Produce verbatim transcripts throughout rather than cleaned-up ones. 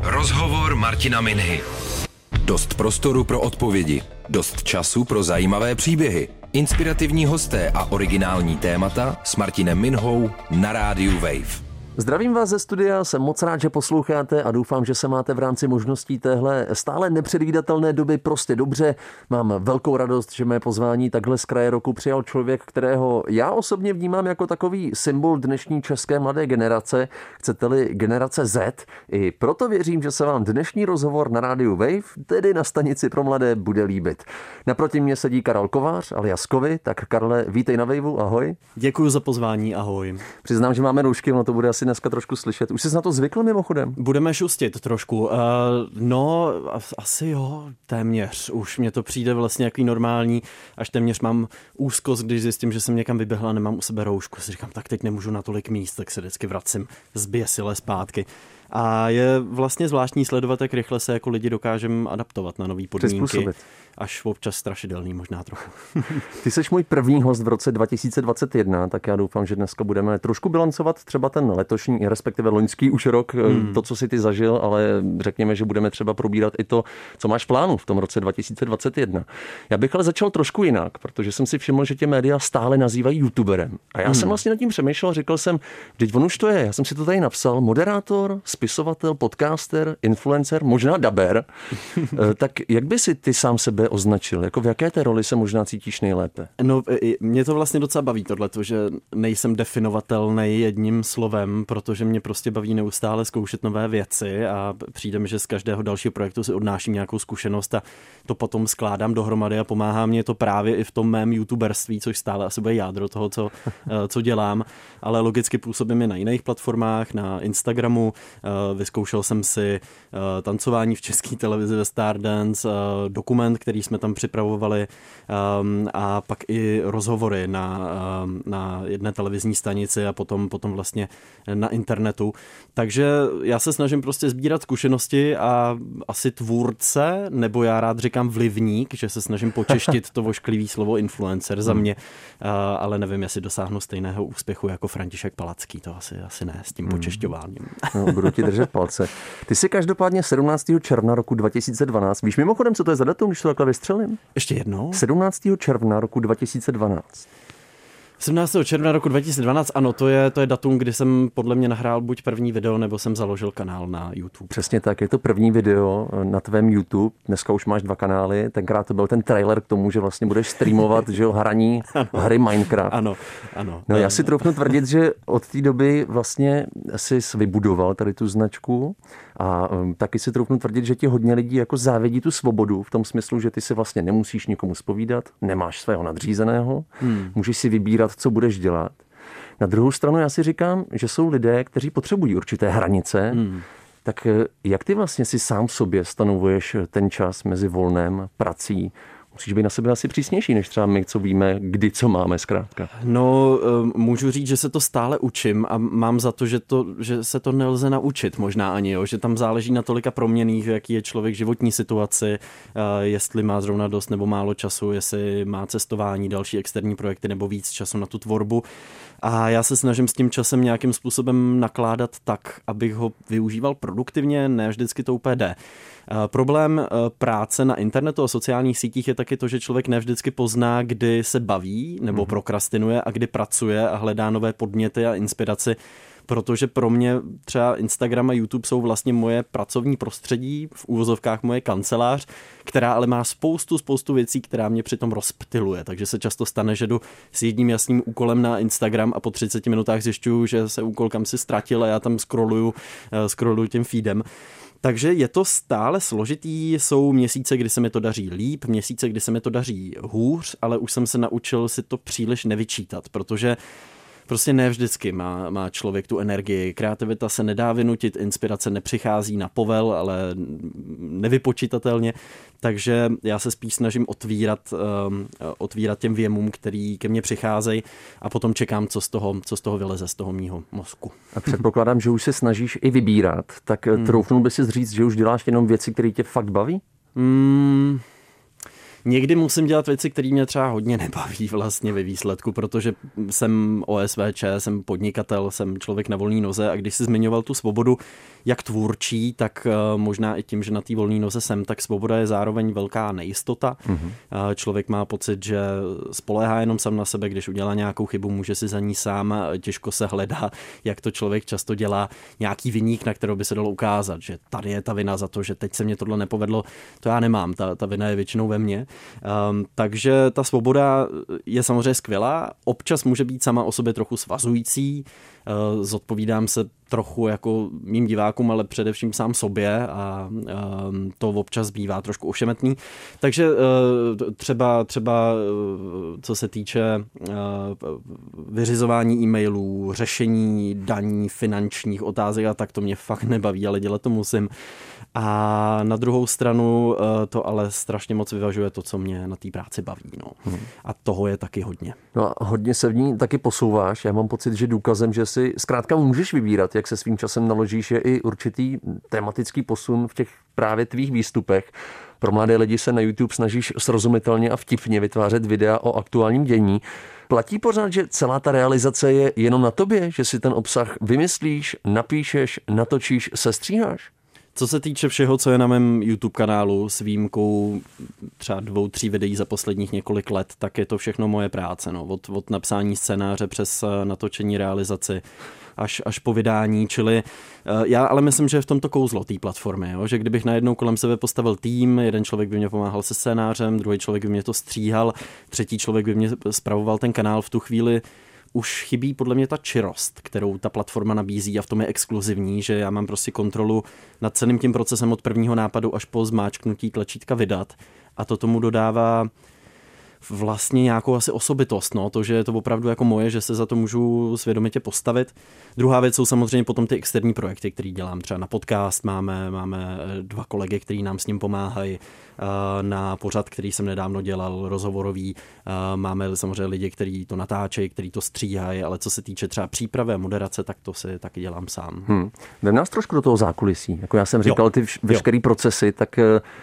Rozhovor Martina Minhy. Dost prostoru pro odpovědi, dost času pro zajímavé příběhy, inspirativní hosté a originální témata s Martinem Minhou na rádiu Wave. Zdravím vás ze studia, jsem moc rád, že posloucháte a doufám, že se máte v rámci možností téhle stále nepředvídatelné doby prostě dobře. Mám velkou radost, že mé pozvání takhle z kraje roku přijal člověk, kterého já osobně vnímám jako takový symbol dnešní české mladé generace, chcete-li generace Z. I proto věřím, že se vám dnešní rozhovor na rádiu Wave, tedy na stanici pro mladé, bude líbit. Naproti mě sedí Karel Kovář alias Kovy, tak Karle, vítej na Waveu, ahoj. Děkuji za pozvání, ahoj. Přiznám, že máme roušky, ono to bude asi dneska trošku slyšet. Už jsi na to zvykl mimochodem? Budeme šustit trošku. Uh, no, asi jo, téměř. Už mě to přijde vlastně jaký normální, až téměř mám úzkost, když zjistím, že jsem někam vyběhla a nemám u sebe roušku. Si říkám, tak teď nemůžu na tolik míst, tak se vždycky vracím zběsile zpátky. A je vlastně zvláštní sledovat, jak rychle se jako lidi dokážeme adaptovat na nový podmínky. Až občas strašidelný možná trochu. Ty jsi můj první host v roce dva tisíce dvacet jedna, tak já doufám, že dneska budeme trošku bilancovat třeba ten letošní, respektive loňský už rok, hmm. to, co si ty zažil, ale řekněme, že budeme třeba probírat i to, co máš v plánu v tom roce dva tisíce dvacet jedna. Já bych ale začal trošku jinak, protože jsem si všiml, že tě média stále nazývají youtuberem. A já hmm. jsem vlastně nad tím přemýšlel, říkal jsem, vždyť on už to je, já jsem si to tady napsal, moderátor, spisovatel, podcaster, influencer, možná daber. Tak jak by si ty sám sebe označil? Jako v jaké té roli se možná cítíš nejlépe? No, mě to vlastně docela baví tohleto, že nejsem definovatelný jedním slovem, protože mě prostě baví neustále zkoušet nové věci a přijde mi, že z každého dalšího projektu si odnáším nějakou zkušenost a to potom skládám dohromady a pomáhá mě to právě i v tom mém youtuberství, což stále asi bude jádro toho, co, co dělám, ale logicky působím i na jiných platformách, na Instagramu, vyzkoušel jsem si tancování v české televizi ve Stardance, dokument, který jsme tam připravovali um, a pak i rozhovory na, um, na jedné televizní stanici a potom, potom vlastně na internetu. Takže já se snažím prostě sbírat zkušenosti a asi tvůrce, nebo já rád říkám vlivník, že se snažím počeštit to vošklivý slovo influencer za mě, uh, ale nevím, jestli dosáhnu stejného úspěchu jako František Palacký, to asi, asi ne s tím počešťováním. No, budu ti držet palce. Ty jsi každopádně sedmnáctého června roku dva tisíce dvanáct, víš mimochodem, co to je za datum, když to takhle vystřelím? Ještě jednou? sedmnáctého června roku dva tisíce dvanáct. sedmnáctého června roku dva tisíce dvanáct, ano, to je, to je datum, kdy jsem podle mě nahrál buď první video, nebo jsem založil kanál na YouTube. Přesně tak, je to první video na tvém YouTube, dneska už máš dva kanály, tenkrát to byl ten trailer k tomu, že vlastně budeš streamovat, že jo, hraní ano. hry Minecraft. Ano, ano. No já si troufnu tvrdit, že od té doby vlastně jsi vybudoval tady tu značku a um, taky si troufnu tvrdit, že ti hodně lidí jako závidí tu svobodu v tom smyslu, že ty si vlastně nemusíš nikomu zpovídat, nemáš svého nadřízeného, hmm. můžeš si vybírat, co budeš dělat. Na druhou stranu já si říkám, že jsou lidé, kteří potřebují určité hranice, hmm. tak jak ty vlastně si sám sobě stanovuješ ten čas mezi volnem, prací? Musíš být na sebe asi přísnější, než třeba my, co víme, kdy co máme zkrátka. No, můžu říct, že se to stále učím a mám za to, že, to, že se to nelze naučit možná ani, jo? Že tam záleží na tolika proměnných, jaký je člověk v životní situaci, jestli má zrovna dost nebo málo času, jestli má cestování, další externí projekty nebo víc času na tu tvorbu. A já se snažím s tím časem nějakým způsobem nakládat tak, abych ho využíval produktivně, ne vždycky to úplně jde. Problém práce na internetu a sociálních sítích je taky to, že člověk nevždycky pozná, kdy se baví nebo mm. prokrastinuje a kdy pracuje a hledá nové podněty a inspiraci, protože pro mě třeba Instagram a YouTube jsou vlastně moje pracovní prostředí, v úvozovkách moje kancelář, která ale má spoustu, spoustu věcí, která mě přitom rozptyluje. Takže se často stane, že jdu s jedním jasným úkolem na Instagram a po třiceti minutách zjišťuju, že se úkol kam si ztratil a já tam scrolluju, scrolluju tím feedem. Takže je to stále složitý, jsou měsíce, kdy se mi to daří líp, měsíce, kdy se mi to daří hůř, ale už jsem se naučil si to příliš nevyčítat, protože prostě ne vždycky má, má člověk tu energii. Kreativita se nedá vynutit, inspirace nepřichází na povel, ale nevypočítatelně. Takže já se spíš snažím otvírat, um, otvírat těm věmům, který ke mně přicházejí a potom čekám, co z toho, co z toho vyleze z toho mýho mozku. A předpokládám, že už se snažíš i vybírat. Tak hmm. troufnul by si říct, že už děláš jenom věci, které tě fakt baví? Hmm. Někdy musím dělat věci, které mě třeba hodně nebaví vlastně ve výsledku, protože jsem O S V Č, jsem podnikatel, jsem člověk na volné noze a když jsi zmiňoval tu svobodu, jak tvůrčí, tak možná i tím, že na té volné noze jsem, tak svoboda je zároveň velká nejistota. Mm-hmm. Člověk má pocit, že spoléhá jenom sám na sebe, když udělá nějakou chybu, může si za ní sám, těžko se hledá, jak to člověk často dělá, nějaký viník, na kterou by se dalo ukázat, že tady je ta vina za to, že teď se mě tohle nepovedlo, to já nemám, ta, ta vina je většinou ve mně. Um, takže ta svoboda je samozřejmě skvělá, občas může být sama o sobě trochu svazující, uh, zodpovídám se trochu jako mým divákům, ale především sám sobě a um, to občas bývá trošku ošemetný. Takže uh, třeba, třeba uh, co se týče uh, vyřizování e-mailů, řešení daní, finančních otázek a tak, to mě fakt nebaví, ale dělat to musím. A na druhou stranu uh, to ale strašně moc vyvažuje to, co mě na té práci baví. No. Hmm. A toho je taky hodně. No a hodně se v ní taky posouváš. Já mám pocit, že důkazem, že si zkrátka můžeš vybírat, jak se svým časem naložíš, je i určitý tematický posun v těch právě tvých výstupech. Pro mladé lidi se na YouTube snažíš srozumitelně a vtipně vytvářet videa o aktuálním dění. Platí pořád, že celá ta realizace je jenom na tobě, že si ten obsah vymyslíš, napíšeš, natočíš, sestříháš? Co se týče všeho, co je na mém YouTube kanálu s výjimkou třeba dvou, tří videí za posledních několik let, tak je to všechno moje práce. No. Od, od napsání scénáře přes natočení, realizaci až, až po vydání, čili já ale myslím, že je v tomto kouzlo té platformy, jo? Že kdybych najednou kolem sebe postavil tým, jeden člověk by mě pomáhal se scénářem, druhý člověk by mě to stříhal, třetí člověk by mě spravoval ten kanál, v tu chvíli už chybí podle mě ta čirost, kterou ta platforma nabízí a v tom je exkluzivní, že já mám prostě kontrolu nad celým tím procesem od prvního nápadu až po zmáčknutí tlačítka vydat a to tomu dodává vlastně nějakou asi osobitost, no, to, že je to opravdu jako moje, že se za to můžu svědomitě postavit. Druhá věc jsou samozřejmě potom ty externí projekty, které dělám. Třeba na podcast máme, máme dva kolegy, kteří nám s ním pomáhají, na pořad, který jsem nedávno dělal, rozhovorový. Máme samozřejmě lidi, kteří to natáčejí, kteří to stříhají, ale co se týče třeba přípravy a moderace, tak to si taky dělám sám. Hmm. Vem nás trošku do toho zákulisí. Jako já jsem říkal, ty veškerý procesy, tak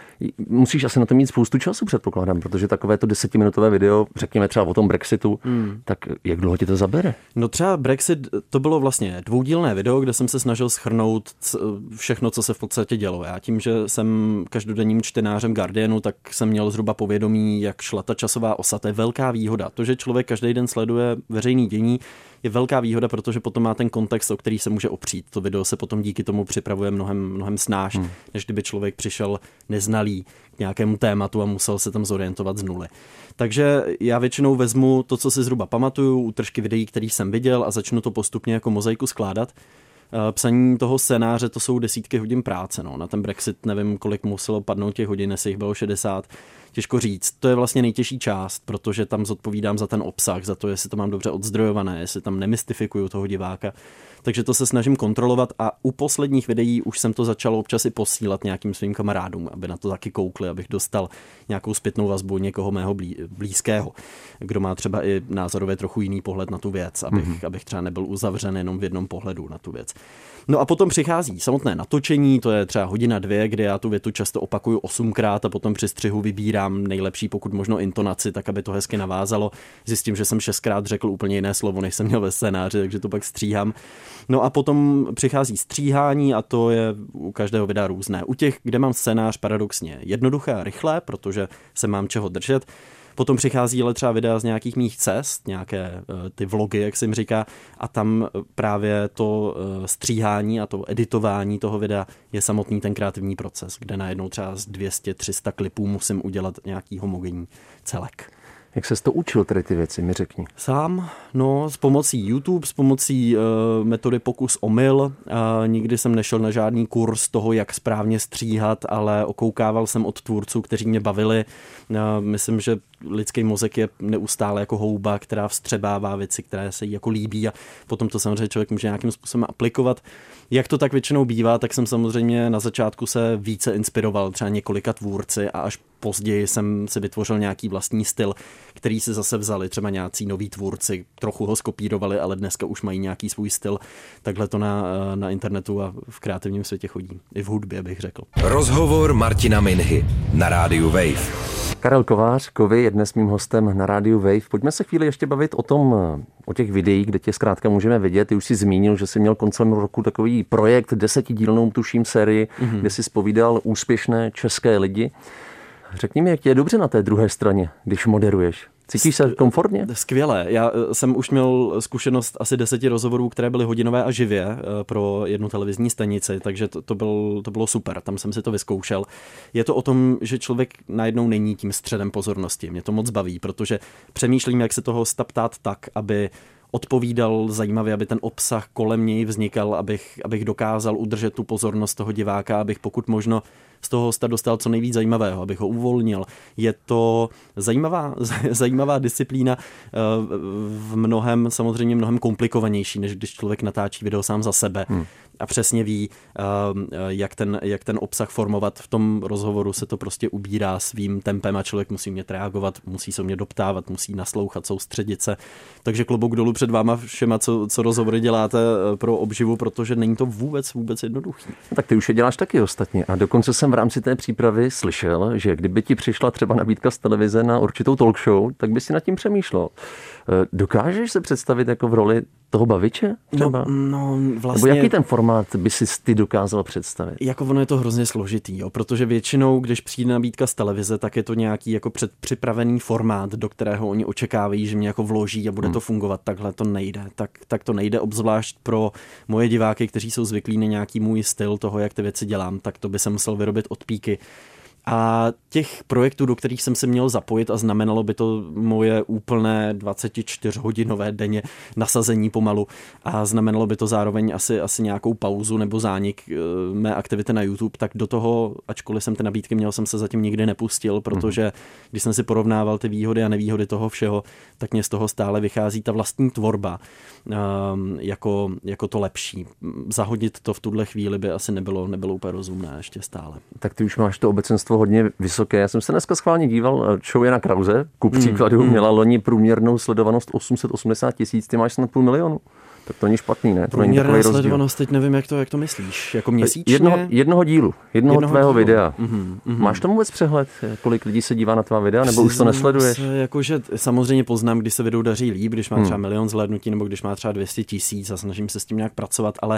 musíš asi na to mít spoustu času, předpokládám, protože takové to desetiminutové video, řekněme třeba o tom Brexitu, hmm. tak jak dlouho ti to zabere? No třeba Brexit, to bylo vlastně dvoudílné video, kde jsem se snažil shrnout všechno, co se v podstatě dělo. Já tím, že jsem každodenním čtenářem Guardianu, tak jsem měl zhruba povědomí, jak šla ta časová osa. To je velká výhoda. To, že člověk každý den sleduje veřejný dění, je velká výhoda, protože potom má ten kontext, o který se může opřít. To video se potom díky tomu připravuje mnohem, mnohem snáš, hmm. než kdyby člověk přišel neznalý k nějakému tématu a musel se tam zorientovat z nuly. Takže já většinou vezmu to, co si zhruba pamatuju, útržky videí, který jsem viděl a začnu to postupně jako mozaiku skládat. Psaní toho scénáře, to jsou desítky hodin práce. No. Na ten Brexit nevím, kolik muselo padnout těch hodin, jestli jich bylo šedesát. Těžko říct. To je vlastně nejtěžší část, protože tam zodpovídám za ten obsah, za to, jestli to mám dobře odzdrojované, jestli tam nemystifikuju toho diváka. Takže to se snažím kontrolovat a u posledních videí už jsem to začal občas i posílat nějakým svým kamarádům, aby na to taky koukli, abych dostal nějakou zpětnou vazbu někoho mého blízkého, kdo má třeba i názorově trochu jiný pohled na tu věc, abych, mm-hmm. abych třeba nebyl uzavřen jenom v jednom pohledu na tu věc. No a potom přichází samotné natočení, to je třeba hodina dvě, kde já tu větu často opakuju osmkrát a potom při střihu vybírám nejlepší pokud možno intonaci, tak aby to hezky navázalo. Zjistím, že jsem šestkrát řekl úplně jiné slovo, než jsem měl ve scénáři, takže to pak stříhám. No a potom přichází stříhání a to je u každého videa různé. U těch, kde mám scénář paradoxně jednoduché a rychlé, protože se mám čeho držet. Potom přichází ale třeba videa z nějakých mých cest, nějaké ty vlogy, jak se jim říká, a tam právě to stříhání a to editování toho videa je samotný ten kreativní proces, kde najednou třeba z dvě stě tři sta klipů musím udělat nějaký homogenní celek. Jak ses to učil tady ty věci, mi řekni? Sám, no, s pomocí YouTube, s pomocí uh, metody pokus omyl. Uh, nikdy jsem nešel na žádný kurz toho, jak správně stříhat, ale okoukával jsem od tvůrců, kteří mě bavili. Uh, myslím, že lidský mozek je neustále jako houba, která vstřebává věci, které se jí jako líbí a potom to samozřejmě člověk může nějakým způsobem aplikovat. Jak to tak většinou bývá, tak jsem samozřejmě na začátku se více inspiroval třeba několika tvůrci a až později jsem si vytvořil nějaký vlastní styl, který si zase vzali třeba nějací noví tvůrci, trochu ho skopírovali, ale dneska už mají nějaký svůj styl. Takhle to na, na internetu a v kreativním světě chodí. I v hudbě, bych řekl. Rozhovor Martina Minhy na rádiu Wave. Karel Kovář, Kovy, je dnes mým hostem na rádiu Wave. Pojďme se chvíli ještě bavit o tom, o těch videích, kde tě zkrátka můžeme vidět. Ty už si zmínil, že jsi měl koncem roku takový projekt, desetidílnou tuším sérii, mm-hmm. kde jsi zpovídal úspěšné české lidi. Řekni mi, jak ti je dobře na té druhé straně, když moderuješ? Cítíš se komfortně? Skvěle. Já jsem už měl zkušenost asi deseti rozhovorů, které byly hodinové a živě pro jednu televizní stanici, takže to, to, byl, to bylo super, tam jsem si to vyzkoušel. Je to o tom, že člověk najednou není tím středem pozornosti. Mě to moc baví, protože přemýšlím, jak se toho hosta ptát tak, aby odpovídal zajímavě, aby ten obsah kolem něj vznikal, abych, abych dokázal udržet tu pozornost toho diváka, abych pokud možno z toho hosta dostal co nejvíc zajímavého, abych ho uvolnil. Je to zajímavá, zajímavá disciplína, v mnohem, samozřejmě mnohem komplikovanější, než když člověk natáčí video sám za sebe. Hmm. A přesně ví, jak ten, jak ten obsah formovat. V tom rozhovoru se to prostě ubírá svým tempem a člověk musí umět reagovat, musí se umět doptávat, musí naslouchat, soustředit se. Takže klobouk dolů před váma všema, co, co rozhovory děláte pro obživu, protože není to vůbec, vůbec jednoduchý. Tak ty už je děláš taky ostatně. A dokonce jsem v rámci té přípravy slyšel, že kdyby ti přišla třeba nabídka z televize na určitou talk show, tak by si nad tím přemýšlel. Dokážeš se představit jako v roli toho baviče třeba? No, no vlastně... Nebo jaký ten formát by si ty dokázal představit? Jako ono je to hrozně složitý, jo, protože většinou, když přijde nabídka z televize, tak je to nějaký jako předpřipravený formát, do kterého oni očekávají, že mě jako vloží a bude hmm. to fungovat. Takhle to nejde. Tak, tak to nejde, obzvlášť pro moje diváky, kteří jsou zvyklí na nějaký můj styl toho, jak ty věci dělám, tak to by se musel vyrobit od píky. A těch projektů, do kterých jsem se měl zapojit a znamenalo by to moje úplné dvacetičtyřhodinové denně nasazení pomalu a znamenalo by to zároveň asi, asi nějakou pauzu nebo zánik mé aktivity na YouTube, tak do toho, ačkoliv jsem ty nabídky měl, jsem se zatím nikdy nepustil, protože když jsem si porovnával ty výhody a nevýhody toho všeho, tak mě z toho stále vychází ta vlastní tvorba um, jako, jako to lepší. Zahodit to v tuhle chvíli by asi nebylo, nebylo úplně rozumné ještě stále. Tak ty už máš to obecenstvo hodně vysoké. Já jsem se dneska schválně díval, show Jana Krause, ku příkladu, mm, měla loni průměrnou sledovanost osm set osmdesát tisíc, ty máš snad půl milionu. Tak to není špatný, ne? To průměrná sledovanost, teď nevím, jak to, jak to myslíš. Jako měsíčně? Jednoho, jednoho dílu, jednoho, jednoho tvého dílu. videa. Mm-hmm, mm-hmm. Máš tam vůbec přehled, kolik lidí se dívá na tvá videa, nebo už to nesleduješ? Se, jakože samozřejmě poznám, když se video daří líp, když má třeba hmm. milion zhlédnutí, nebo když má třeba dvě stě tisíc a snažím se s tím nějak pracovat, ale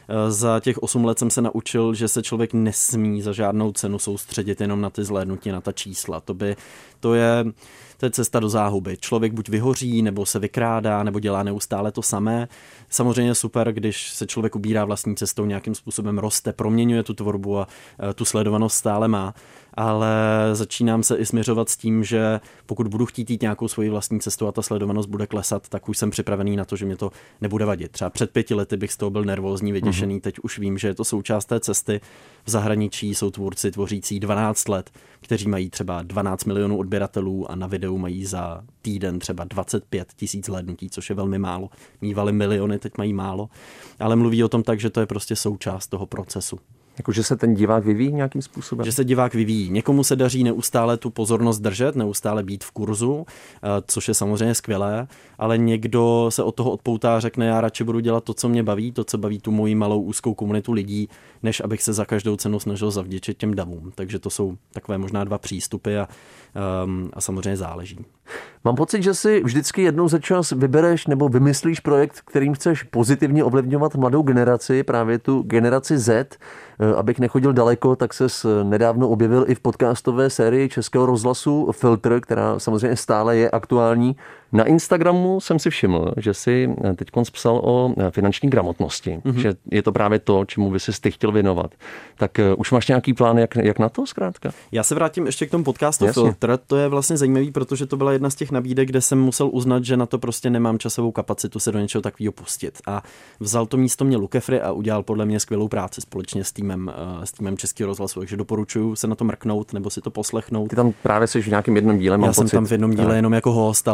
za těch osm let jsem se naučil, že se člověk nesmí za žádnou cenu soustředit jenom na ty zhlédnutí, na ta čísla. To by, to je... To je cesta do záhuby. Člověk buď vyhoří, nebo se vykrádá, nebo dělá neustále to samé. Samozřejmě super, když se člověk ubírá vlastní cestou, nějakým způsobem roste, proměňuje tu tvorbu a tu sledovanost stále má. Ale začínám se i směřovat s tím, že pokud budu chtít jít nějakou svoji vlastní cestu a ta sledovanost bude klesat, tak už jsem připravený na to, že mě to nebude vadit. Třeba před pěti lety bych z toho byl nervózní, vyděšený, teď už vím, že je to součást té cesty. V zahraničí jsou tvůrci tvořící dvanáct let, kteří mají třeba dvanáct milionů odběratelů a na videu mají za týden třeba dvacet pět tisíc zhlédnutí, což je velmi málo. Mívali miliony, teď mají málo, ale mluví o tom tak, že to je prostě součást toho procesu. Jakože se ten divák vyvíjí nějakým způsobem? Že se divák vyvíjí. Někomu se daří neustále tu pozornost držet, neustále být v kurzu, což je samozřejmě skvělé, ale někdo se od toho odpoutá a řekne, já radši budu dělat to, co mě baví, to, co baví tu moji malou úzkou komunitu lidí, než abych se za každou cenu snažil zavděčit těm davům. Takže to jsou takové možná dva přístupy a, um, a samozřejmě záleží. Mám pocit, že si vždycky jednou za čas vybereš nebo vymyslíš projekt, kterým chceš pozitivně ovlivňovat mladou generaci, právě tu generaci Z. Abych nechodil daleko, tak ses nedávno objevil i v podcastové sérii Českého rozhlasu Filtr, která samozřejmě stále je aktuální. Na Instagramu jsem si všiml, že jsi teď psal o finanční gramotnosti, mm-hmm. že je to právě to, čemu by ses ty chtěl věnovat. Tak už máš nějaký plán, jak, jak na to zkrátka? Já se vrátím ještě k tomu podcastu Jasně. Filtr. To je vlastně zajímavý, protože to byla jedna z těch nabídek, kde jsem musel uznat, že na to prostě nemám časovou kapacitu se do něčeho takového pustit. A vzal to místo mě Lukefry a udělal podle mě skvělou práci společně s týmem, s týmem Českého rozhlasu. Takže doporučuji se na to mrknout nebo si to poslechnout. Ty tam právě jsi v nějakém jednom díle, mám Já pocit. jsem tam v jednom díle jenom jako host, ale, ale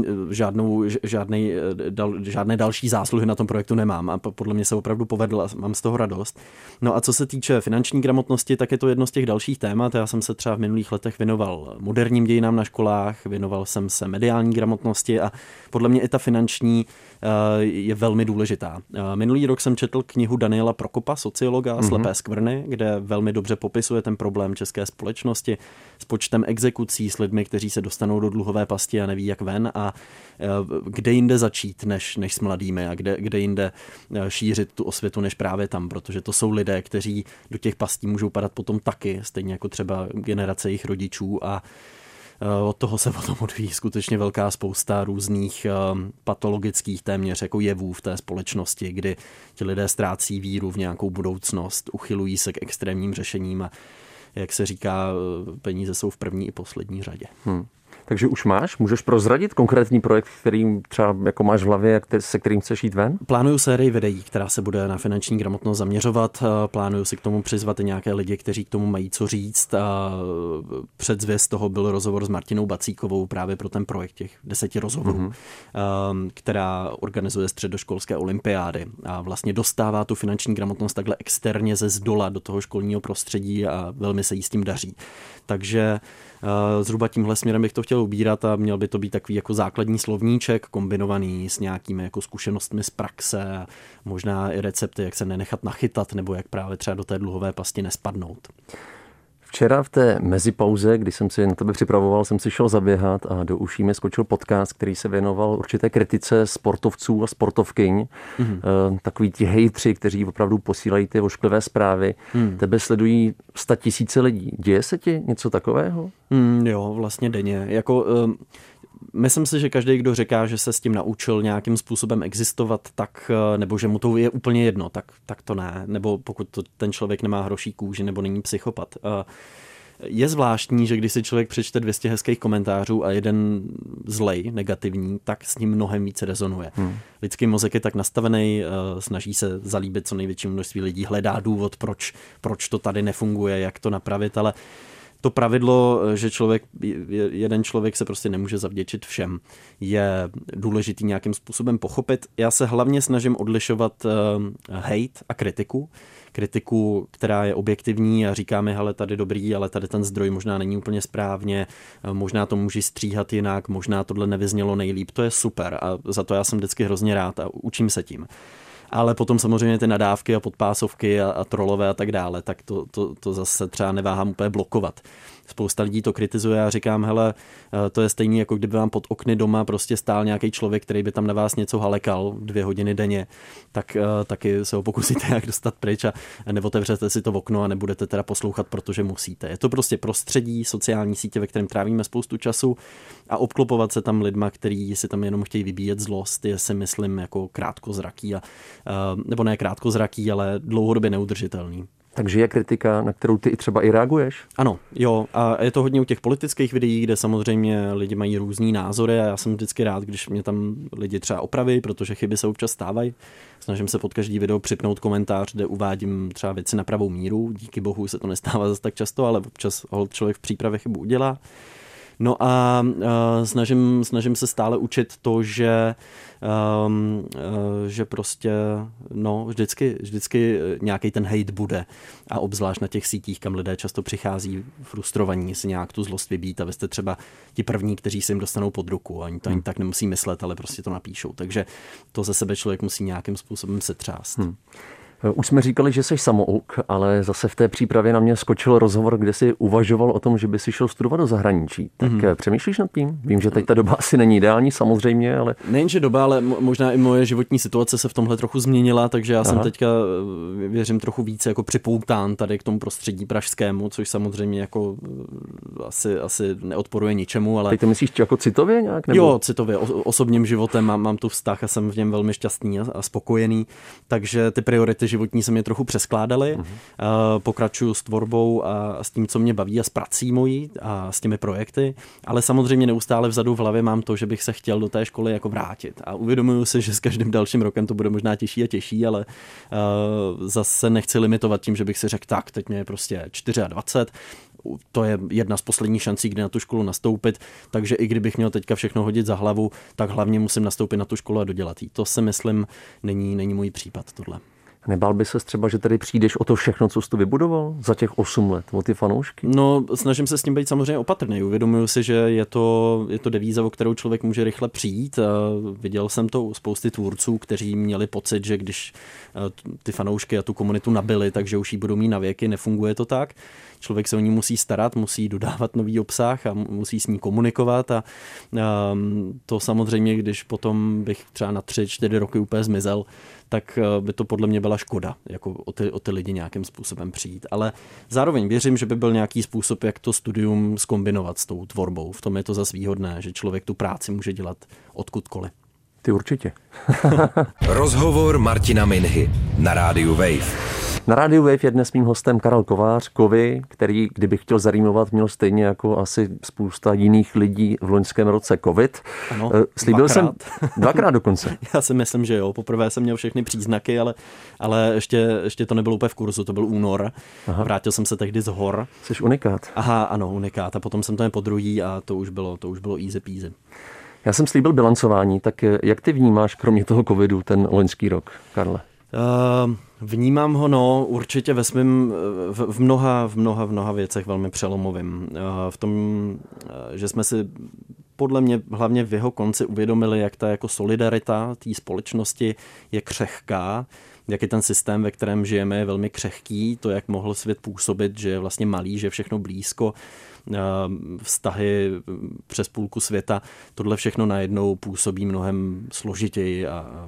žádnou, žádnej, dal, žádné další zásluhy na tom projektu nemám a podle mě se opravdu povedl a mám z toho radost. No a co se týče finanční gramotnosti, tak je to jedno z těch dalších témat. Já jsem se třeba v minulých letech věnoval moderním dějinám na školách, věnoval jsem se mediální gramotnosti a podle mě i ta finanční je velmi důležitá. Minulý rok jsem četl knihu Daniela Prokopa, sociologa mm-hmm. Slepé skvrny, kde velmi dobře popisuje ten problém české společnosti s počtem exekucí, s lidmi, kteří se dostanou do dluhové pasti a neví, jak ven a kde jinde začít, než, než s mladými a kde, kde jinde šířit tu osvětu, než právě tam, protože to jsou lidé, kteří do těch pastí můžou padat potom taky, stejně jako třeba generace jejich rodičů a od toho se potom odvíjí skutečně velká spousta různých patologických téměř jako jevů v té společnosti, kdy ti lidé ztrácí víru v nějakou budoucnost, uchylují se k extrémním řešením a jak se říká, peníze jsou v první i poslední řadě. Hmm. Takže už máš? Můžeš prozradit konkrétní projekt, který třeba jako máš v hlavě, se kterým chceš jít ven? Plánuju sérii videí, která se bude na finanční gramotnost zaměřovat. Plánuju si k tomu přizvat i nějaké lidi, kteří k tomu mají co říct. Předzvěst toho byl rozhovor s Martinou Bacíkovou právě pro ten projekt těch deseti rozhovorů, mm-hmm. která organizuje středoškolské olympiády a vlastně dostává tu finanční gramotnost takhle externě ze zdola do toho školního prostředí a velmi se jí s tím daří. Takže zhruba tímhle směrem bych to chtěl ubírat a měl by to být takový jako základní slovníček kombinovaný s nějakými jako zkušenostmi z praxe a možná i recepty, jak se nenechat nachytat nebo jak právě třeba do té dluhové pasti nespadnout. Včera v té mezipauze, kdy jsem si na tebe připravoval, jsem si šel zaběhat a do uší mi skočil podcast, který se věnoval určité kritice sportovců a sportovkyň. Mm-hmm. Takový ti hejtři, kteří opravdu posílají ty ošklivé zprávy. Mm. Tebe sledují sta tisíce lidí. Děje se ti něco takového? Mm, jo, vlastně denně. Jako... Um... Myslím si, že každý, kdo říká, že se s tím naučil nějakým způsobem existovat, tak, nebo že mu to je úplně jedno, tak, tak to ne. Nebo pokud to, ten člověk nemá hroší kůži, nebo není psychopat. Je zvláštní, že když si člověk přečte dvě stě hezkých komentářů a jeden zlej, negativní, tak s ním mnohem více rezonuje. Hmm. Lidský mozek je tak nastavený, snaží se zalíbit co největšímu množství lidí, hledá důvod, proč, proč to tady nefunguje, jak to napravit, ale to pravidlo, že člověk, jeden člověk se prostě nemůže zavděčit všem, je důležitý nějakým způsobem pochopit. Já se hlavně snažím odlišovat hejt a kritiku. Kritiku, která je objektivní a říká mi, hele, tady dobrý, ale tady ten zdroj možná není úplně správně, možná to může stříhat jinak, možná tohle nevyznělo nejlíp. To je super a za to já jsem vždycky hrozně rád a učím se tím. Ale potom samozřejmě ty nadávky a podpásovky a, a trolové a tak dále, tak to, to, to zase třeba neváhám úplně blokovat. Spousta lidí to kritizuje a říkám, hele, to je stejný, jako kdyby vám pod okny doma prostě stál nějaký člověk, který by tam na vás něco halekal dvě hodiny denně, tak taky se ho pokusíte jak dostat pryč a neotevřete si to okno a nebudete teda poslouchat, protože musíte. Je to prostě prostředí, sociální sítě, ve kterém trávíme spoustu času a obklopovat se tam lidma, kteří si tam jenom chtějí vybíjet zlost, je si myslím jako krátkozraký, a, nebo ne krátkozraký, ale dlouhodobě neudržitelný. Takže je kritika, na kterou ty třeba i reaguješ? Ano, jo. A je to hodně u těch politických videí, kde samozřejmě lidi mají různý názory a já jsem vždycky rád, když mě tam lidi třeba opraví, protože chyby se občas stávají. Snažím se pod každý video připnout komentář, kde uvádím třeba věci na pravou míru. Díky bohu se to nestává zase tak často, ale občas holt člověk v přípravě chybu udělá. No a uh, snažím, snažím se stále učit to, že, um, uh, že prostě no, vždycky, vždycky nějaký ten hejt bude. A obzvlášť na těch sítích, kam lidé často přichází frustrovaní si nějak tu zlost vybít a vy jste třeba ti první, kteří se jim dostanou pod ruku. Ani to ani tak nemusí myslet, ale prostě to napíšou. Takže to ze sebe člověk musí nějakým způsobem setřást. Hmm. Už jsme říkali, že jsi samouk, ale zase v té přípravě na mě skočil rozhovor, kde jsi uvažoval o tom, že by si šel studovat do zahraničí. Tak mm-hmm. přemýšlíš nad tím? Vím, že teď ta doba asi není ideální, samozřejmě, ale... Nejenže doba, ale možná i moje životní situace se v tomhle trochu změnila, takže já Aha. jsem teďka, věřím, trochu více jako připoután tady k tomu prostředí pražskému, což samozřejmě jako asi, asi neodporuje ničemu, ale... Teď to myslíš jako citově nějak? Nebo... Jo, citově, o, osobním životem mám, mám tu vztah a jsem v něm velmi šťastný a, a spokojený, takže ty priority životní se mě trochu přeskládaly. Uh-huh. Pokračuju s tvorbou a s tím, co mě baví a s prací mojí a s těmi projekty, ale samozřejmě neustále vzadu v hlavě mám to, že bych se chtěl do té školy jako vrátit. A uvědomuju si, že s každým dalším rokem to bude možná těžší a těžší, ale uh, zase nechci limitovat tím, že bych si řekl, tak, teď mě je prostě dvacet čtyři. to je jedna z posledních šancí, kdy na tu školu nastoupit, takže i kdybych měl teďka všechno hodit za hlavu, tak hlavně musím nastoupit na tu školu a dodělat jí. To si myslím, není, není můj případ tohle. Nebál by ses třeba, že tady přijdeš o to všechno, co jsi tu vybudoval za těch osm let, o ty fanoušky? No, snažím se s tím být samozřejmě opatrný. Uvědomuji si, že je to, je to devíza, o kterou člověk může rychle přijít. Viděl jsem to u spousty tvůrců, kteří měli pocit, že když ty fanoušky a tu komunitu nabili, takže už ji budou mít na věky. Nefunguje to tak. Člověk se o ní musí starat, musí dodávat nový obsah a musí s ní komunikovat a to samozřejmě, když potom bych třeba na tři, čtyři roky úplně zmizel, tak by to podle mě byla škoda, jako o ty, o ty lidi nějakým způsobem přijít. Ale zároveň věřím, že by byl nějaký způsob, jak to studium zkombinovat s tou tvorbou. V tom je to zas výhodné, že člověk tu práci může dělat odkudkoliv. Ty určitě. Rozhovor Martina Minhy na rádiu Wave. Na rádiu Wave je dnes mým hostem Karel Kovář, Kovy, který, kdybych chtěl zarýmovat, měl stejně jako asi spousta jiných lidí v loňském roce covid. Ano, Slíbil dvakrát. jsem dvakrát dokonce. Já si myslím, že jo. Poprvé jsem měl všechny příznaky, ale, ale ještě, ještě to nebylo úplně v kurzu, to byl únor. Aha. Vrátil jsem se tehdy z hor. Jsi unikát. Aha, ano, unikát. A potom jsem to je po druhý a to už bylo, to už bylo easy peasy. Já jsem slíbil bilancování, tak jak ty vnímáš kromě toho covidu ten loňský rok, Karle? Uh, vnímám ho, no, určitě ve svým, v, v mnoha, v mnoha, v mnoha věcech velmi přelomovým. Uh, v tom, uh, že jsme si podle mě hlavně v jeho konci uvědomili, jak ta jako solidarita té společnosti je křehká, jak je ten systém, ve kterém žijeme, je velmi křehký, to, jak mohl svět působit, že je vlastně malý, že je všechno blízko, vztahy přes půlku světa, tohle všechno najednou působí mnohem složitěji a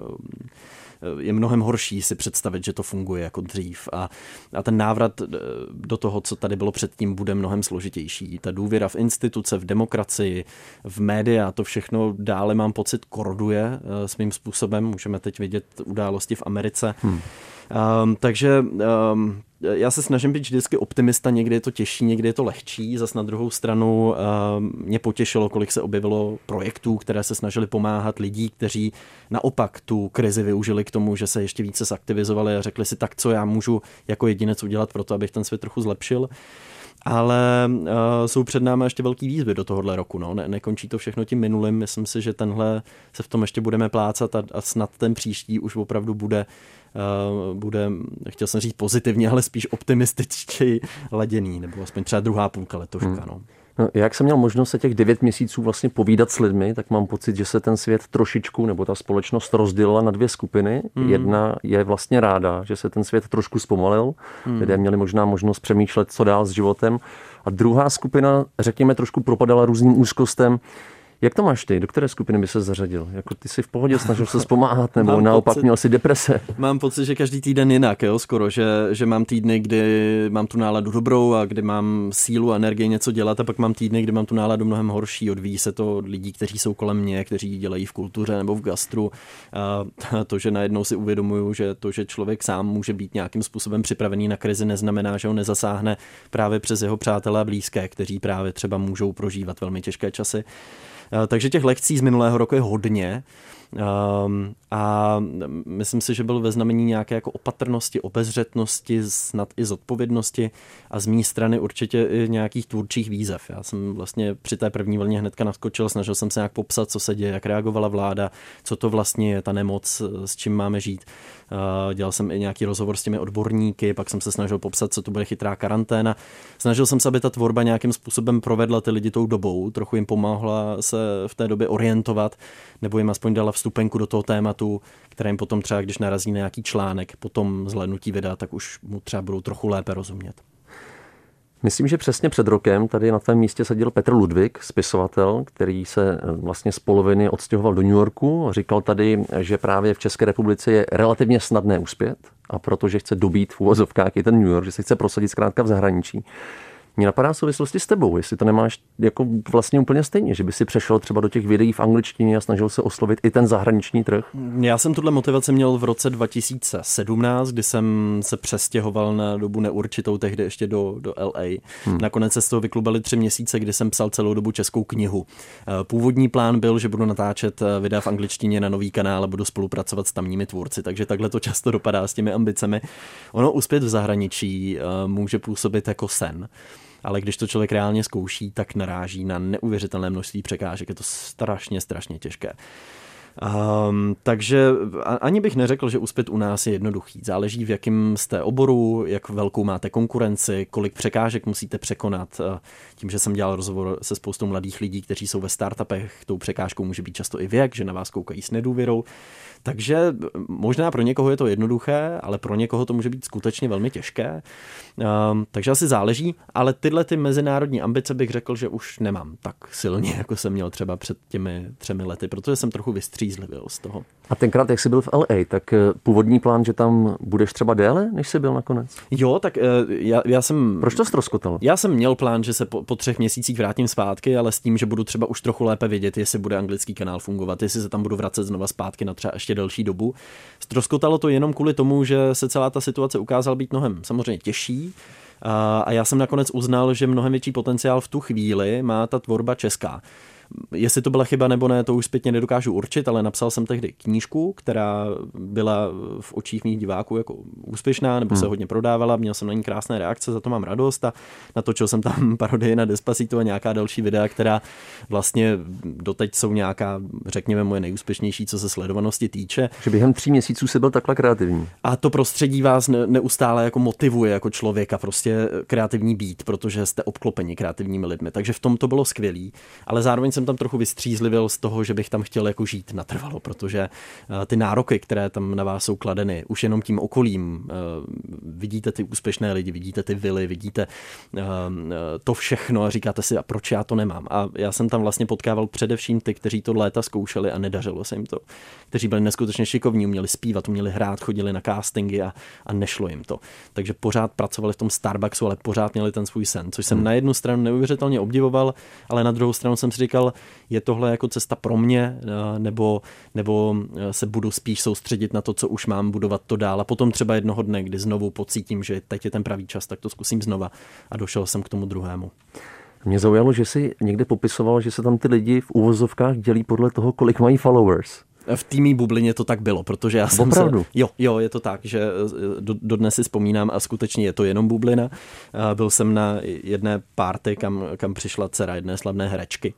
je mnohem horší si představit, že to funguje jako dřív. A, a ten návrat do toho, co tady bylo předtím, bude mnohem složitější. Ta důvěra v instituce, v demokracii, v média, to všechno dále, mám pocit, koroduje svým způsobem. Můžeme teď vidět události v Americe. Hmm. Um, takže um, já se snažím být vždycky optimista, někdy je to těžší, někdy je to lehčí. Zas na druhou stranu um, mě potěšilo, kolik se objevilo projektů, které se snažili pomáhat, lidí, kteří naopak tu krizi využili k tomu, že se ještě více zaktivizovali a řekli si, tak co já můžu jako jedinec udělat pro to, abych ten svět trochu zlepšil. Ale uh, jsou před námi ještě velký výzvy do tohohle roku. No. Ne, nekončí to všechno tím minulým. Myslím si, že tenhle se v tom ještě budeme plácat a, a snad ten příští už opravdu bude, uh, bude, chtěl jsem říct pozitivně, ale spíš optimističtěji laděný, nebo aspoň třeba druhá půlka letoška. Hmm. No. No, jak jsem měl možnost se těch devět měsíců vlastně povídat s lidmi, tak mám pocit, že se ten svět trošičku, nebo ta společnost rozdělila na dvě skupiny. Mm. Jedna je vlastně ráda, že se ten svět trošku zpomalil, mm. lidé měli možná možnost přemýšlet, co dál s životem. A druhá skupina, řekněme, trošku propadala různým úzkostem. Jak to máš ty? Do které skupiny by se zařadil? Jako ty jsi v pohodě, snažil se pomáhat, nebo mám naopak pocit, měl si deprese? Mám pocit, že každý týden jinak, jo, skoro, že, že mám týdny, kdy mám tu náladu dobrou a kdy mám sílu a energii něco dělat, a pak mám týdny, kdy mám tu náladu mnohem horší. Odvíjí se to od lidí, kteří jsou kolem mě, kteří dělají v kultuře nebo v gastru. A to, že najednou si uvědomuju, že to, že člověk sám může být nějakým způsobem připravený na krizi, neznamená, že ho nezasáhne právě přes jeho přátelé a blízké, kteří právě třeba můžou prožívat velmi těžké časy. Takže těch lekcí z minulého roku je hodně um, a myslím si, že byl ve znamení nějaké jako opatrnosti, obezřetnosti, snad i zodpovědnosti a z mé strany určitě i nějakých tvůrčích výzev. Já jsem vlastně při té první vlně hnedka naskočil, snažil jsem se nějak popsat, co se děje, jak reagovala vláda, co to vlastně je ta nemoc, s čím máme žít. Uh, dělal jsem i nějaký rozhovor s těmi odborníky, pak jsem se snažil popsat, co to bude chytrá karanténa. Snažil jsem se, aby ta tvorba nějakým způsobem provedla ty lidi tou dobou, trochu jim pomáhla se v té době orientovat, nebo jim aspoň dala vstupenku do toho tématu, které jim potom třeba, když narazí na nějaký článek, potom zhlédnutí videa, tak už mu třeba budou trochu lépe rozumět. Myslím, že přesně před rokem tady na tvém místě seděl Petr Ludvík, spisovatel, který se vlastně z poloviny odstěhoval do New Yorku. Říkal tady, že právě v České republice je relativně snadné uspět, a protože chce dobít v uvozovkách i ten New York, že se chce prosadit zkrátka v zahraničí. Mě napadá v souvislosti s tebou, jestli to nemáš jako vlastně úplně stejně, že by si přešel třeba do těch videí v angličtině a snažil se oslovit i ten zahraniční trh. Já jsem tuhle motivaci měl v roce dva tisíce sedmnáct, kdy jsem se přestěhoval na dobu neurčitou tehdy ještě do, do L A. Hmm. Nakonec se z toho vyklubaly tři měsíce, kdy jsem psal celou dobu českou knihu. Původní plán byl, že budu natáčet videa v angličtině na nový kanál a budu spolupracovat s tamními tvůrci, takže takhle to často dopadá s těmi ambicemi. Ono uspět v zahraničí může působit jako sen. ale když to člověk reálně zkouší, tak naráží na neuvěřitelné množství překážek. Je to strašně, strašně těžké. Um, takže ani bych neřekl, že uspět u nás je jednoduchý. Záleží, v jakém jste oboru, jak velkou máte konkurenci, kolik překážek musíte překonat. Tím, že jsem dělal rozhovor se spoustou mladých lidí, kteří jsou ve startupech, tou překážkou může být často i věk, že na vás koukají s nedůvěrou. Takže možná pro někoho je to jednoduché, ale pro někoho to může být skutečně velmi těžké. Um, takže asi záleží, ale tyhle ty mezinárodní ambice bych řekl, že už nemám tak silně, jako jsem měl třeba před těmi třemi lety, protože jsem trochu vystřízlivěl z toho. A tenkrát, jak jsi byl v L A, tak původní plán, že tam budeš třeba déle, než jsi byl nakonec? Jo, tak já, já jsem... Proč to ztroskotalo? Já jsem měl plán, že se po, po třech měsících vrátím zpátky, ale s tím, že budu třeba už trochu lépe vědět, jestli bude anglický kanál fungovat, jestli se tam budu vracet znova zpátky na třeba ještě delší dobu. Ztroskotalo to jenom kvůli tomu, že se celá ta situace ukázala být mnohem samozřejmě těžší. A já jsem nakonec uznal, že mnohem větší potenciál v tu chvíli má ta tvorba česká. Jestli to byla chyba nebo ne, to už zpětně nedokážu určit, ale napsal jsem tehdy knížku, která byla v očích mých diváků jako úspěšná, nebo se hmm. hodně prodávala, měl jsem na ní krásné reakce, za to mám radost a natočil jsem tam parodii na Despacito a nějaká další videa, která vlastně doteď jsou nějaká, řekněme, moje nejúspěšnější, co se sledovanosti týče. Že během tří měsíců se byl takhle kreativní. A to prostředí vás neustále jako motivuje jako člověka prostě kreativní být, protože jste obklopeni kreativními lidmi. Takže v tom to bylo skvělý, ale zároveň jsem tam trochu vystřízlivěl z toho, že bych tam chtěl jako žít natrvalo, protože ty nároky, které tam na vás jsou kladeny, už jenom tím okolím, vidíte ty úspěšné lidi, vidíte ty vily, vidíte to všechno a říkáte si, a proč já to nemám. A já jsem tam vlastně potkával především ty, kteří to léta zkoušeli a nedařilo se jim to. Kteří byli neskutečně šikovní, uměli zpívat, uměli hrát, chodili na castingy a, a nešlo jim to. Takže pořád pracovali v tom Starbucksu, ale pořád měli ten svůj sen, což jsem hmm. na jednu stranu neuvěřitelně obdivoval, ale na druhou stranu jsem si říkal, je tohle jako cesta pro mě, nebo, nebo se budu spíš soustředit na to, co už mám, budovat to dál a potom třeba jednoho dne, kdy znovu pocítím, že teď je ten pravý čas, tak to zkusím znova a došel jsem k tomu druhému. Mě zaujalo, že jsi někde popisoval, že se tam ty lidi v uvozovkách dělí podle toho, kolik mají followers. V týmí bublině to tak bylo, protože já jsem Opravdu? se... Jo, jo, je to tak, že do, dodnes si vzpomínám a skutečně je to jenom bublina. Byl jsem na jedné party, kam, kam přišla dcera jedné slavné herečky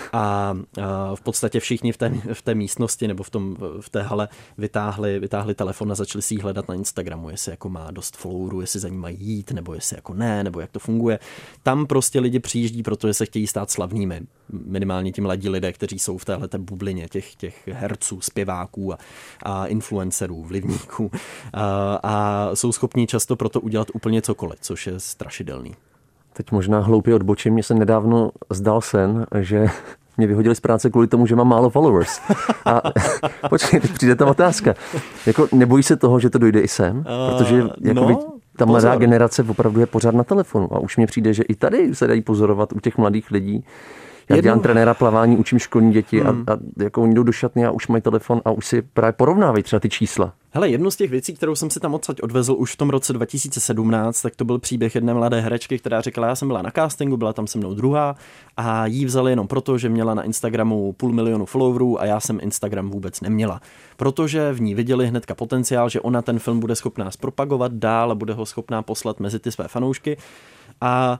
a v podstatě všichni v té, v té místnosti nebo v, tom, v té hale vytáhli, vytáhli telefon a začali si ji hledat na Instagramu, jestli jako má dost followerů, jestli za ní mají jít, nebo jestli jako ne, nebo jak to funguje. Tam prostě lidi přijíždí, protože se chtějí stát slavnými. Minimálně ti mladí lidé, kteří jsou v téhleté bublině těch, těch herců, zpěváků a, a influencerů, vlivníků a, a jsou schopní často proto udělat úplně cokoliv, což je strašidelný. Teď možná hloupě odbočím, mně se nedávno zdal sen, že mě vyhodili z práce kvůli tomu, že mám málo followers. A počkej, teď přijde ta otázka. Jako nebojí se toho, že to dojde i sem? Protože jako no, ta mladá generace opravdu je pořád na telefonu a už mě přijde, že i tady se dají pozorovat u těch mladých lidí. Já Jednou... dělám trenéra plavání, učím školní děti hmm. a, a jako oni jdou do šatny a už mají telefon a už si právě porovnávají třeba ty čísla. Hele, jednu z těch věcí, kterou jsem si tam odsaď odvezl už v tom roce dva tisíce sedmnáct, tak to byl příběh jedné mladé herečky, která říkala, já jsem byla na castingu, byla tam se mnou druhá a jí vzali jenom proto, že měla na Instagramu půl milionu followerů a já jsem Instagram vůbec neměla. Protože v ní viděli hnedka potenciál, že ona ten film bude schopná zpropagovat dál a bude ho schopná poslat mezi ty své fanoušky a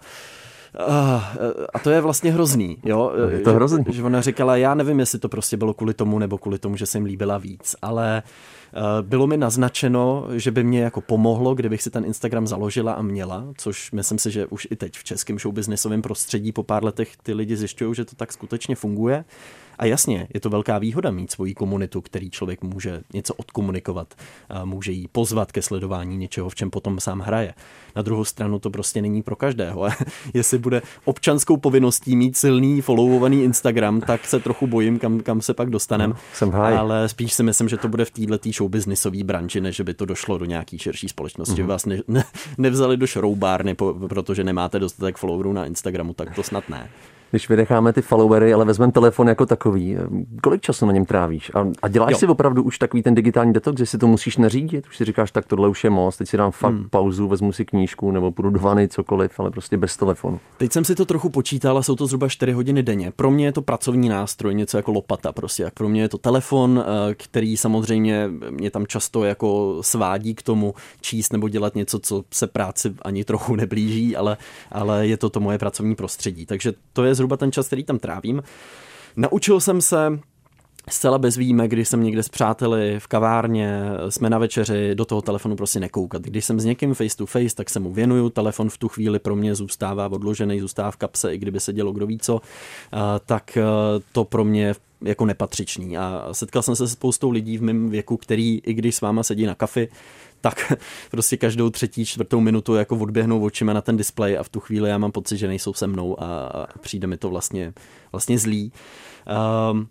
A to je vlastně hrozný, jo? Je to hrozný. Že, že ona říkala, já nevím, jestli to prostě bylo kvůli tomu, nebo kvůli tomu, že se jim líbila víc, ale bylo mi naznačeno, že by mě jako pomohlo, kdybych si ten Instagram založila a měla, což myslím si, že už i teď v českém showbiznisovém prostředí po pár letech ty lidi zjišťují, že to tak skutečně funguje. A jasně, je to velká výhoda mít svoji komunitu, který člověk může něco odkomunikovat, může jí pozvat ke sledování něčeho, v čem potom sám hraje. Na druhou stranu to prostě není pro každého. Jestli bude občanskou povinností mít silný followovaný Instagram, tak se trochu bojím, kam, kam se pak dostaneme. No, ale spíš si myslím, že to bude v této showbiznisové branži, než by to došlo do nějaký širší společnosti. Mm-hmm. Vás ne, ne, nevzali do šroubárny, po, protože nemáte dostatek followerů na Instagramu, tak to snad ne. Když vynecháme ty followery, ale vezmeme telefon jako takový, kolik času na něm trávíš? A, a děláš jo. si opravdu už takový ten digitální detox, že si to musíš neřídit? Už si říkáš, tak tohle už je moc, teď si dám fakt hmm. pauzu, vezmu si knížku nebo půjdu do vany, cokoliv, ale prostě bez telefonu. Teď jsem si to trochu počítal a jsou to zhruba čtyři hodiny denně. Pro mě je to pracovní nástroj, něco jako lopata prostě. Pro mě je to telefon, který samozřejmě mě tam často jako svádí k tomu číst nebo dělat něco, co se práci ani trochu neblíží, ale, ale je to to moje pracovní prostředí. Takže to je zhruba ten čas, který tam trávím. Naučil jsem se zcela bez výjimek, když jsem někde s přáteli v kavárně, jsme na večeři, do toho telefonu prostě nekoukat. Když jsem s někým face to face, tak se mu věnuju, telefon v tu chvíli pro mě zůstává odložený, zůstává v kapse, i kdyby se dělo kdo ví co, tak to pro mě jako nepatřičný. A setkal jsem se s spoustou lidí v mém věku, který, i když s váma sedí na kafi, tak prostě každou třetí, čtvrtou minutu jako odběhnou očima na ten displej a v tu chvíli já mám pocit, že nejsou se mnou a přijde mi to vlastně, vlastně zlý. Um,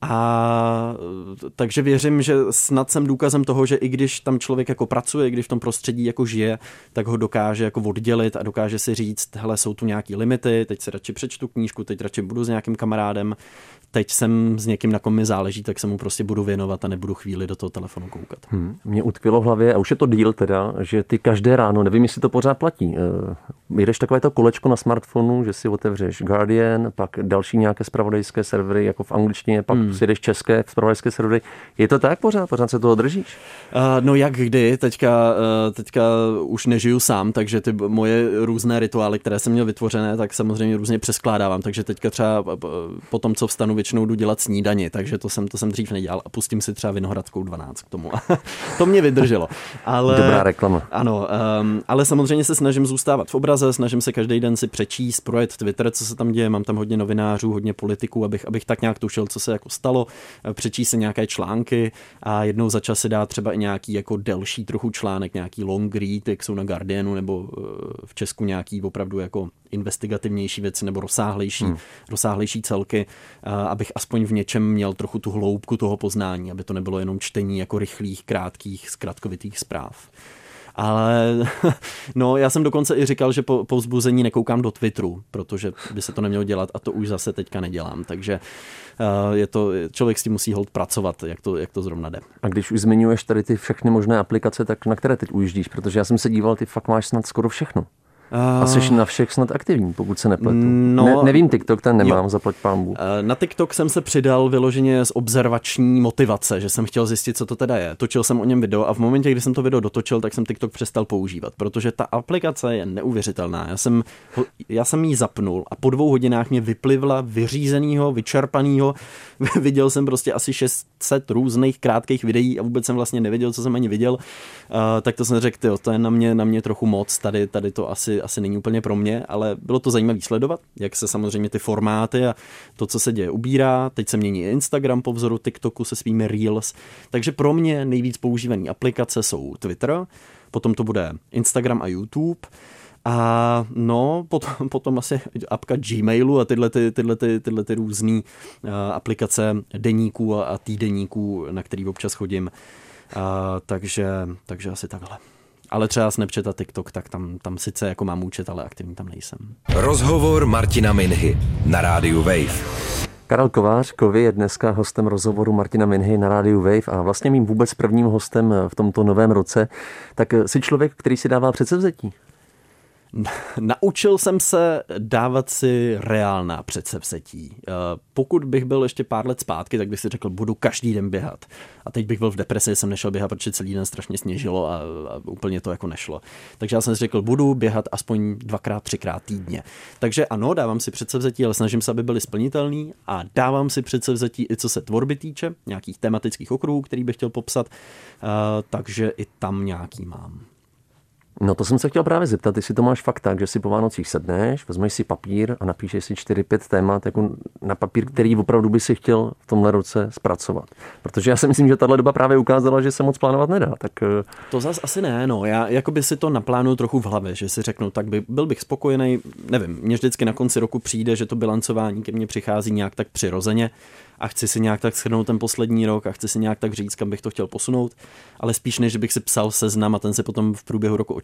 A takže věřím, že snad jsem důkazem toho, že i když tam člověk jako pracuje, když v tom prostředí jako žije, tak ho dokáže jako oddělit a dokáže si říct, hele, jsou tu nějaký limity, teď si radši přečtu knížku, teď radši budu s nějakým kamarádem, teď jsem s někým, na kom mi záleží, tak se mu prostě budu věnovat a nebudu chvíli do toho telefonu koukat. Hmm. Mě utkvělo v hlavě, a už je to díl teda, že ty každé ráno, nevím, jestli to pořád platí, jdeš takové to kolečko na smartphonu, že si otevřeš Guardian, pak další nějaké zpravodajské servery, jako v angličtině, pak hmm. si jdeš české zpravodajské servery. Je to tak pořád? Pořád se toho držíš? Uh, no jak kdy, teďka, uh, teďka už nežiju sám, takže ty moje různé rituály, které jsem měl vytvořené, tak samozřejmě různě přeskládávám, takže teďka třeba po tom, co vstanu, většinou jdu dělat snídani, takže to jsem, to jsem dřív nedělal a pustím si třeba Vinohradskou dvanáct k tomu. To mě vydrželo. Ale, dobrá reklama. Ano, um, ale samozřejmě se snažím zůstávat v obraze, snažím se každý den si přečíst, projet Twitter, co se tam děje, mám tam hodně novinářů, hodně politiků, abych, abych tak nějak tušil, co se jako stalo, přečíst si nějaké články a jednou za čas si dát třeba i nějaký jako delší trochu článek, nějaký long read, jak jsou na Guardianu, nebo v Česku nějaký opravdu jako investigativnější věci nebo rozsáhlejší, hmm. rozsáhlejší celky, abych aspoň v něčem měl trochu tu hloubku toho poznání, aby to nebylo jenom čtení jako rychlých, krátkých, zkratkovitých zpráv. Ale no, já jsem dokonce i říkal, že po, po vzbuzení nekoukám do Twitteru, protože by se to nemělo dělat a to už zase teďka nedělám. Takže uh, je to, člověk s tím musí holt pracovat, jak to, jak to zrovna jde. A když už zmiňuješ tady ty všechny možné aplikace, tak na které teď ujíždíš? Protože já jsem se díval, ty fakt máš snad skoro všechno. A jsi na všech snad aktivní, pokud se nepletu. No, ne, nevím, TikTok ten nemám, jo. Zaplať pánbůh. Na TikTok jsem se přidal vyloženě z observační motivace, že jsem chtěl zjistit, co to teda je. Točil jsem o něm video a v momentě, kdy jsem to video dotočil, tak jsem TikTok přestal používat, protože ta aplikace je neuvěřitelná. Já jsem, já jsem ji zapnul a po dvou hodinách mě vyplivla vyřízenýho, vyčerpanýho. Viděl jsem prostě asi šest set různých krátkých videí a vůbec jsem vlastně nevěděl, co jsem ani viděl. Uh, tak to jsem řekl, tyjo, to je na mě, na mě trochu moc, tady, tady to asi asi není úplně pro mě, ale bylo to zajímavé sledovat, jak se samozřejmě ty formáty a to, co se děje, ubírá. Teď se mění Instagram po vzoru TikToku se svými Reels. Takže pro mě nejvíc používané aplikace jsou Twitter, potom to bude Instagram a YouTube. A no, potom, potom asi apka Gmailu a tyhle, ty, tyhle, ty, tyhle ty různé uh, aplikace deníků a, a týdeníků, na který občas chodím. Uh, takže, takže asi takhle. Ale třeba Snapchat a TikTok, tak tam, tam sice jako mám účet, ale aktivní tam nejsem. Rozhovor Martina Minhy na rádiu Wave. Karel Kovář, Kovy, je dneska hostem rozhovoru Martina Minhy na rádiu Wave a vlastně mým vůbec prvním hostem v tomto novém roce. Tak jsi člověk, který si dává předsevzetí? Naučil jsem se dávat si reálná předsevzetí. Pokud bych byl ještě pár let zpátky, tak bych si řekl, budu každý den běhat. A teď bych byl v depresi, jsem nešel běhat, protože celý den strašně sněžilo a, a úplně to jako nešlo. Takže já jsem si řekl, budu běhat aspoň dvakrát, třikrát týdně. Takže ano, dávám si předsevzetí, ale snažím se, aby byly splnitelný a dávám si předsevzetí i co se tvorby týče, nějakých tematických okruhů, který bych chtěl popsat, takže i tam nějaký mám. No to jsem se chtěl právě zeptat, jestli to máš fakt tak, že si po Vánocích sedneš, vezmeš si papír a napíšeš si čtyři pět témat jako na papír, který opravdu by si chtěl v tomhle roce zpracovat. Protože já si myslím, že tahle doba právě ukázala, že se moc plánovat nedá. Tak... To zas asi ne, no. Já jakoby si to naplánuju trochu v hlavě, že si řeknu, tak by, byl bych spokojený, nevím, mně vždycky na konci roku přijde, že to bilancování ke mně přichází nějak tak přirozeně a chci si nějak tak shrnout ten poslední rok a chci si nějak tak říct, kam bych to chtěl posunout, ale spíš než bych si psal seznam a ten se potom v průběhu roku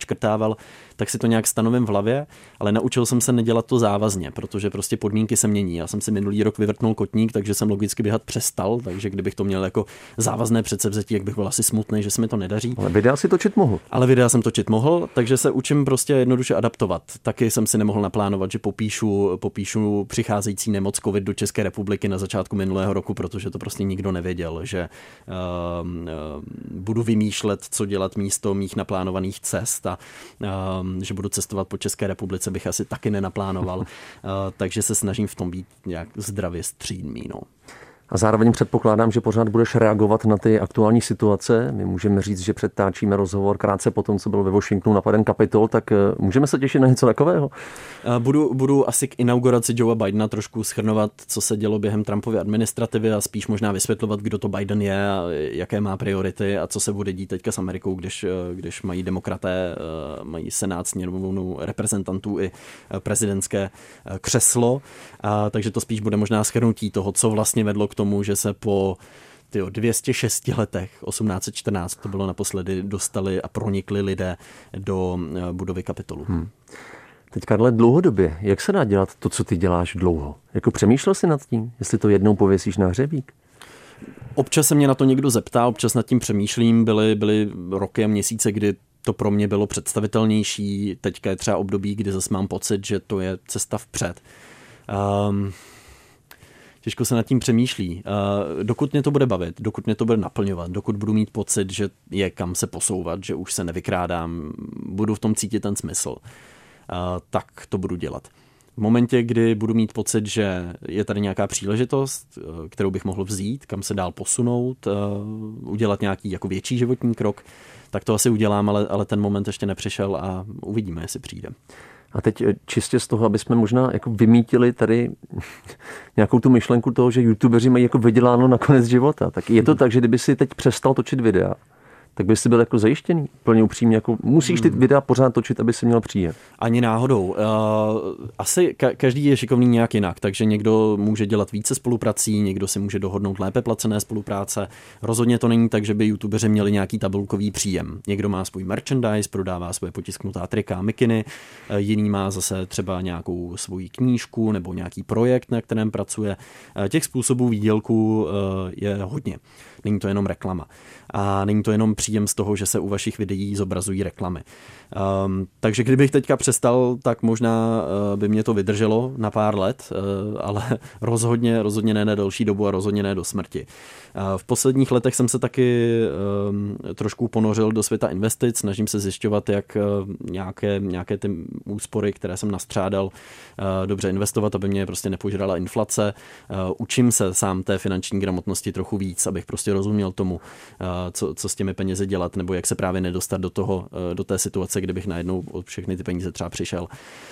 odškrtával, tak si to nějak stanovím v hlavě, ale naučil jsem se nedělat to závazně, protože prostě podmínky se mění. Já jsem si minulý rok vyvrtnul kotník, takže jsem logicky běhat přestal, takže kdybych to měl jako závazné předsevzetí, jak bych byl asi smutný, že se mi to nedaří. Ale videa si točit mohl. Ale videa jsem točit mohl, takže se učím prostě jednoduše adaptovat. Taky jsem si nemohl naplánovat, že popíšu, popíšu přicházející nemoc covid do České republiky na začátku minulého roku, protože to prostě nikdo nevěděl, že uh, uh, budu vymýšlet, co dělat místo mých naplánovaných cest a uh, že budu cestovat po České republice, bych asi taky nenaplánoval. uh, takže se snažím v tom být nějak zdravě střídmý. No. A zároveň předpokládám, že pořád budeš reagovat na ty aktuální situace. My můžeme říct, že předtáčíme rozhovor krátce po tom, co byl ve Washingtonu napaden Kapitol, tak můžeme se těšit na něco takového? Budu, budu asi k inauguraci Joea Bidena trošku shrnovat, co se dělo během Trumpovy administrativy a spíš možná vysvětlovat, kdo to Biden je a jaké má priority a co se bude dít teďka s Amerikou, když, když mají demokraté, mají senát, sněmovnu reprezentantů i prezidentské křeslo. A, takže to spíš bude možná shrnutí toho, co vlastně vedlo k tomu, že se po tyjo, dvě stě šest letech, osmnáct set čtrnáct to bylo naposledy, dostali a pronikli lidé do budovy Kapitolu. Hmm. Teď, Karle, dlouhodobě, jak se dá dělat to, co ty děláš dlouho? Jako přemýšlel jsi nad tím, jestli to jednou pověsíš na hřebík? Občas se mě na to někdo zeptá, občas nad tím přemýšlím, byly, byly roky a měsíce, kdy to pro mě bylo představitelnější, teďka je třeba období, kdy zase mám pocit, že to je cesta vpřed. Um, Těžko se nad tím přemýšlí. Dokud mě to bude bavit, dokud mě to bude naplňovat, dokud budu mít pocit, že je kam se posouvat, že už se nevykrádám, budu v tom cítit ten smysl, tak to budu dělat. V momentě, kdy budu mít pocit, že je tady nějaká příležitost, kterou bych mohl vzít, kam se dál posunout, udělat nějaký jako větší životní krok, tak to asi udělám, ale, ale ten moment ještě nepřišel a uvidíme, jestli přijde. A teď čistě z toho, aby jsme možná jako vymítili tady nějakou tu myšlenku toho, že youtubeři mají jako vyděláno na konec života. Tak je to hmm. tak, že kdyby si teď přestal točit videa, tak bys si byl jako zajištěný, plně upřímně, jako musíš ty videa pořád točit, aby si měl příjem. Ani náhodou. Uh, asi ka- každý je šikovný nějak jinak, takže někdo může dělat více spoluprací, někdo si může dohodnout lépe placené spolupráce. Rozhodně to není tak, že by youtubeři měli nějaký tabulkový příjem. Někdo má svůj merchandise, prodává svoje potisknutá trika a mikiny, uh, jiný má zase třeba nějakou svoji knížku nebo nějaký projekt, na kterém pracuje. Uh, těch způsobů výdělku uh, je hodně. Není to jenom reklama. A není to jenom příjem z toho, že se u vašich videí zobrazují reklamy. Um, takže kdybych teďka přestal, tak možná uh, by mě to vydrželo na pár let, uh, ale rozhodně, rozhodně ne na delší dobu a rozhodně ne do smrti. Uh, v posledních letech jsem se taky um, trošku ponořil do světa investic, snažím se zjišťovat, jak uh, nějaké, nějaké ty úspory, které jsem nastřádal, uh, dobře investovat, aby mě prostě nepožrala inflace. Uh, učím se sám té finanční gramotnosti trochu víc, abych prostě rozuměl tomu, uh, co, co s těmi penězi dělat, nebo jak se právě nedostat do toho, uh, do té situace, kdybych najednou od všechny ty peníze třeba přišel.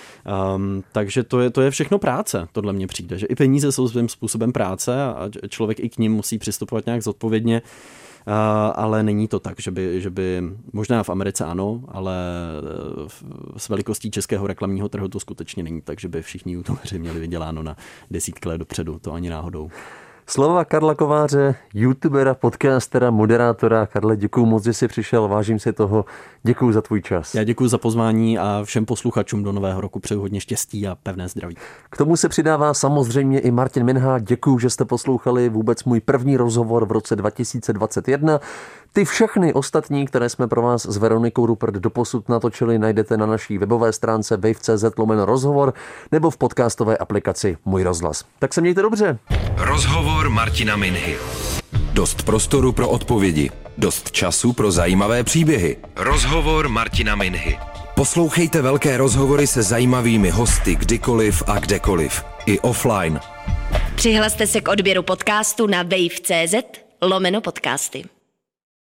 Um, takže to je, to je všechno práce, tohle mně přijde, že i peníze jsou svým způsobem práce a člověk i k nim musí přistupovat nějak zodpovědně, uh, ale není to tak, že by, že by, možná v Americe ano, ale s velikostí českého reklamního trhu to skutečně není tak, že by všichni youtubeři měli vyděláno na desítky let dopředu, to ani náhodou. Slova Karla Kováře, youtubera, podcastera, moderátora. Karle, děkuju moc, že jsi přišel, vážím si toho. Děkuju za tvůj čas. Já děkuju za pozvání a všem posluchačům do nového roku přeju hodně štěstí a pevné zdraví. K tomu se přidává samozřejmě i Martin Minha. Děkuju, že jste poslouchali vůbec můj první rozhovor v roce dva tisíce dvacet jedna. Ty všechny ostatní, které jsme pro vás s Veronikou Rupert doposud natočili, najdete na naší webové stránce wave tečka cz lomeno rozhovor nebo v podcastové aplikaci Můj rozhlas. Tak se mějte dobře. Rozhovor Martina Minhy. Dost prostoru pro odpovědi, dost času pro zajímavé příběhy. Rozhovor Martina Minhy. Poslouchejte velké rozhovory se zajímavými hosty kdykoliv a kdekoliv. I offline. Přihlaste se k odběru podcastu na wave tečka cz lomeno podcasty.